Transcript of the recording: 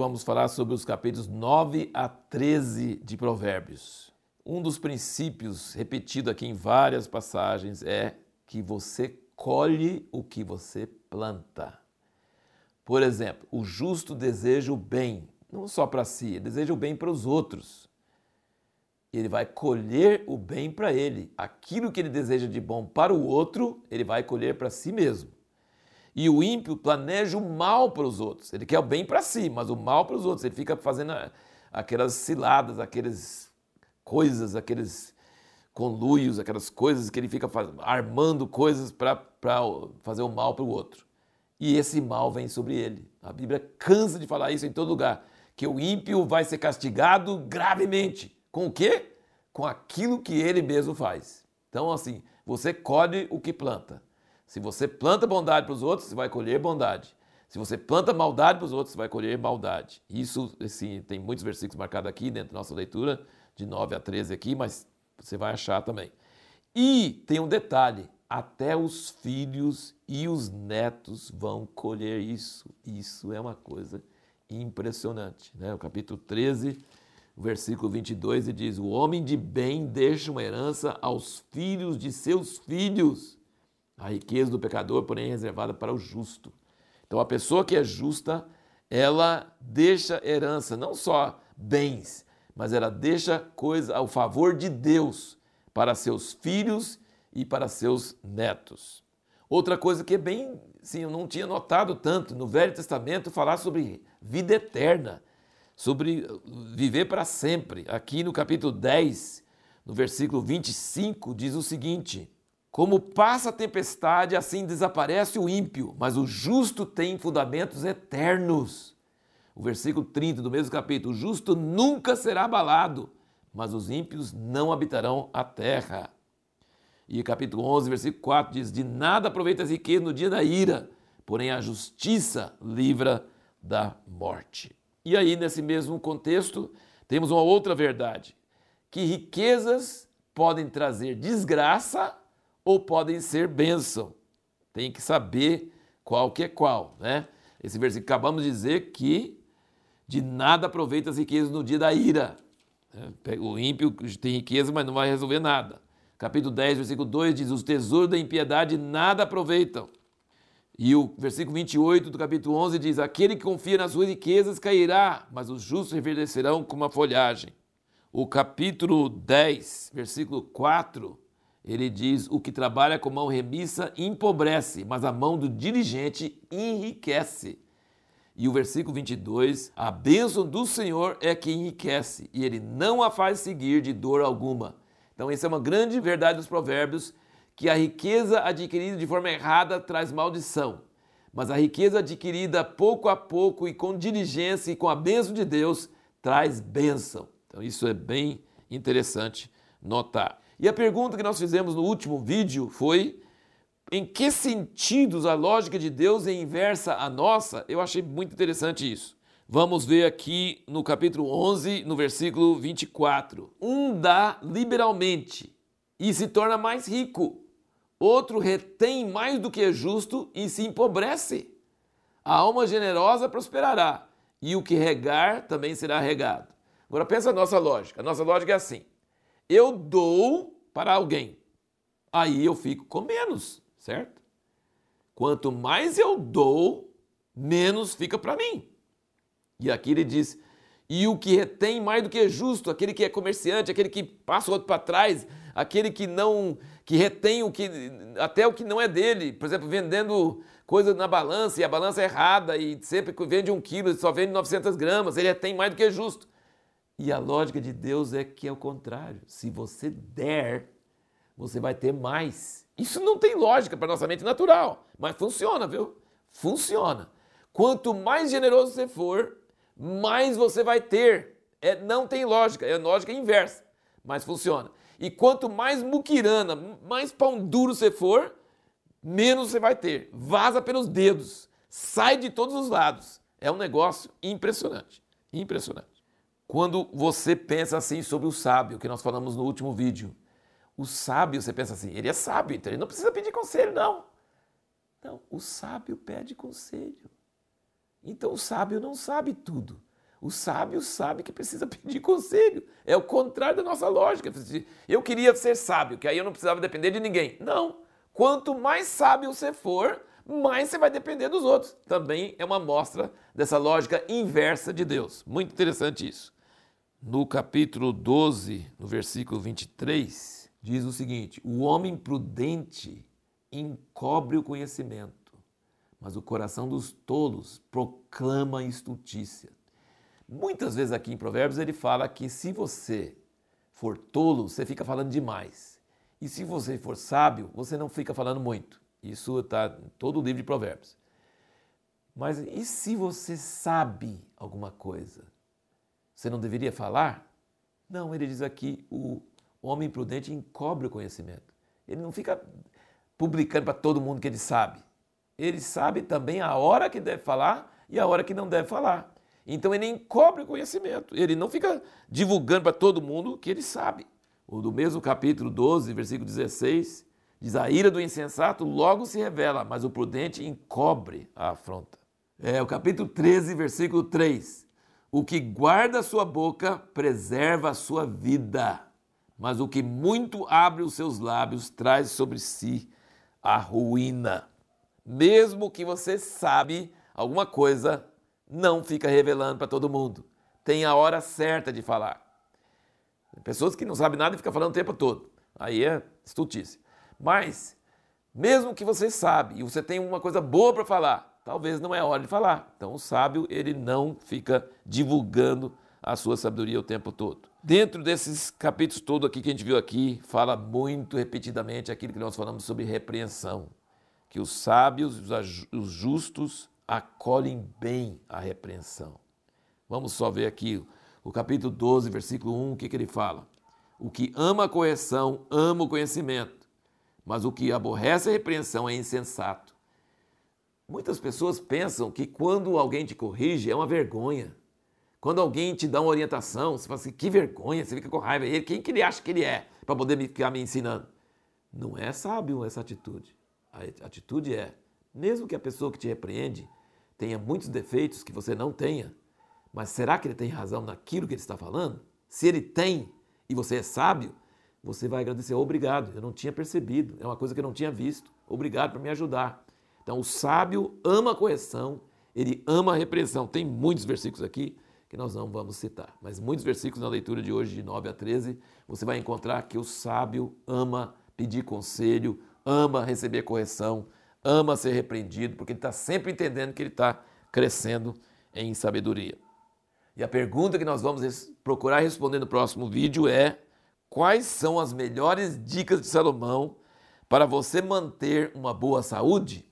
vamos falar sobre os capítulos 9 a 13 de Provérbios. Um dos princípios repetido aqui em várias passagens é que você colhe o que você planta. Por exemplo, o justo deseja o bem, não só para si, ele deseja o bem para os outros. Ele vai colher o bem para ele. Aquilo que ele deseja de bom para o outro, ele vai colher para si mesmo. E o ímpio planeja o mal para os outros. Ele quer o bem para si, mas o mal para os outros. Ele fica fazendo aquelas ciladas, aqueles coisas, aqueles conluios, aquelas coisas que ele fica armando coisas para fazer o mal para o outro. E esse mal vem sobre ele. A Bíblia cansa de falar isso em todo lugar, que o ímpio vai ser castigado gravemente. Com o quê? Com aquilo que ele mesmo faz. Então, assim, você colhe o que planta. Se você planta bondade para os outros, você vai colher bondade. Se você planta maldade para os outros, você vai colher maldade. Isso, assim, tem muitos versículos marcados aqui dentro da nossa leitura, de 9 a 13 aqui, mas você vai achar também. E tem um detalhe, até os filhos e os netos vão colher isso. Isso é uma coisa impressionante, né? O capítulo 13, o versículo 22, ele diz: o homem de bem deixa uma herança aos filhos de seus filhos. A riqueza do pecador, porém, é reservada para o justo. Então, a pessoa que é justa, ela deixa herança, não só bens, mas ela deixa coisa ao favor de Deus para seus filhos e para seus netos. Outra coisa que é bem, sim, eu não tinha notado tanto, no Velho Testamento falar sobre vida eterna, sobre viver para sempre. Aqui no capítulo 10, no versículo 25, diz o seguinte: como passa a tempestade, assim desaparece o ímpio, mas o justo tem fundamentos eternos. O versículo 30 do mesmo capítulo: o justo nunca será abalado, mas os ímpios não habitarão a terra. E capítulo 11, versículo 4 diz: de nada aproveita as riquezas no dia da ira, porém a justiça livra da morte. E aí, nesse mesmo contexto, temos uma outra verdade, que riquezas podem trazer desgraça ou podem ser bênção. Tem que saber qual que é qual, né? Esse versículo acabamos de dizer que de nada aproveita as riquezas no dia da ira. O ímpio tem riqueza, mas não vai resolver nada. Capítulo 10, versículo 2 diz: os tesouros da impiedade nada aproveitam. E o versículo 28 do capítulo 11 diz: aquele que confia nas suas riquezas cairá, mas os justos reverdecerão como a folhagem. O capítulo 10, versículo 4, ele diz: o que trabalha com mão remissa empobrece, mas a mão do diligente enriquece. E o versículo 22, a bênção do Senhor é que enriquece, e ele não a faz seguir de dor alguma. Então, essa é uma grande verdade dos provérbios, que a riqueza adquirida de forma errada traz maldição. Mas a riqueza adquirida pouco a pouco e com diligência e com a bênção de Deus traz bênção. Então, isso é bem interessante notar. E a pergunta que nós fizemos no último vídeo foi: em que sentidos a lógica de Deus é inversa à nossa? Eu achei muito interessante isso. Vamos ver aqui no capítulo 11, no versículo 24. Um dá liberalmente e se torna mais rico. Outro retém mais do que é justo e se empobrece. A alma generosa prosperará e o que regar também será regado. Agora pensa a nossa lógica. A nossa lógica é assim: eu dou para alguém, aí eu fico com menos, certo? Quanto mais eu dou, menos fica para mim. E aqui ele diz: e o que retém mais do que é justo, aquele que é comerciante, aquele que passa o outro para trás, aquele que retém até o que não é dele, por exemplo, vendendo coisa na balança e a balança é errada e sempre vende 1 quilo, só vende 900 gramas, ele retém mais do que é justo. E a lógica de Deus é que é o contrário. Se você der, você vai ter mais. Isso não tem lógica para nossa mente natural, mas funciona, viu? Funciona. Quanto mais generoso você for, mais você vai ter. Não tem lógica, é lógica inversa, mas funciona. E quanto mais muquirana, mais pão duro você for, menos você vai ter. Vaza pelos dedos, sai de todos os lados. É um negócio impressionante, impressionante. Quando você pensa assim sobre o sábio, que nós falamos no último vídeo, o sábio, você pensa assim, ele é sábio, então ele não precisa pedir conselho, não. Não, o sábio pede conselho. Então o sábio não sabe tudo, O sábio sabe que precisa pedir conselho. É o contrário da nossa lógica. Eu queria ser sábio, que aí eu não precisava depender de ninguém. Não. Quanto mais sábio você for, mais você vai depender dos outros. Também é uma amostra dessa lógica inversa de Deus. Muito interessante isso. No capítulo 12, no versículo 23, diz o seguinte: o homem prudente encobre o conhecimento, mas o coração dos tolos proclama a estultícia. Muitas vezes aqui em Provérbios ele fala que se você for tolo, você fica falando demais. E se você for sábio, você não fica falando muito. Isso está em todo o livro de Provérbios. Mas e se você sabe alguma coisa? Você não deveria falar? Não, ele diz aqui, o homem prudente encobre o conhecimento. Ele não fica publicando para todo mundo que ele sabe. Ele sabe também a hora que deve falar e a hora que não deve falar. Então ele encobre o conhecimento. Ele não fica divulgando para todo mundo que ele sabe. O do mesmo capítulo 12, versículo 16, diz: a ira do insensato logo se revela, mas o prudente encobre a afronta. O capítulo 13, versículo 3. O que guarda a sua boca preserva a sua vida, mas o que muito abre os seus lábios traz sobre si a ruína. Mesmo que você sabe alguma coisa, não fica revelando para todo mundo. Tem a hora certa de falar. Pessoas que não sabem nada e ficam falando o tempo todo. Aí é estultícia. Mas, mesmo que você sabe e você tem uma coisa boa para falar, talvez não é hora de falar. Então o sábio, ele não fica divulgando a sua sabedoria o tempo todo. Dentro desses capítulos todos aqui que a gente viu aqui, fala muito repetidamente aquilo que nós falamos sobre repreensão. Que os sábios, os justos, acolhem bem a repreensão. Vamos só ver aqui o capítulo 12, versículo 1, o que ele fala? O que ama a correção, ama o conhecimento, mas o que aborrece a repreensão é insensato. Muitas pessoas pensam que quando alguém te corrige é uma vergonha. Quando alguém te dá uma orientação, você fala assim, que vergonha, você fica com raiva. Quem que ele acha que ele é para poder ficar me ensinando? Não é sábio essa atitude. A atitude é, mesmo que a pessoa que te repreende tenha muitos defeitos que você não tenha, mas será que ele tem razão naquilo que ele está falando? Se ele tem e você é sábio, você vai agradecer, obrigado, eu não tinha percebido, é uma coisa que eu não tinha visto, obrigado por me ajudar. Então o sábio ama a correção, ele ama a repreensão. Tem muitos versículos aqui que nós não vamos citar, mas muitos versículos na leitura de hoje, de 9 a 13, você vai encontrar que o sábio ama pedir conselho, ama receber correção, ama ser repreendido, porque ele está sempre entendendo que ele está crescendo em sabedoria. E a pergunta que nós vamos procurar responder no próximo vídeo é: quais são as melhores dicas de Salomão para você manter uma boa saúde?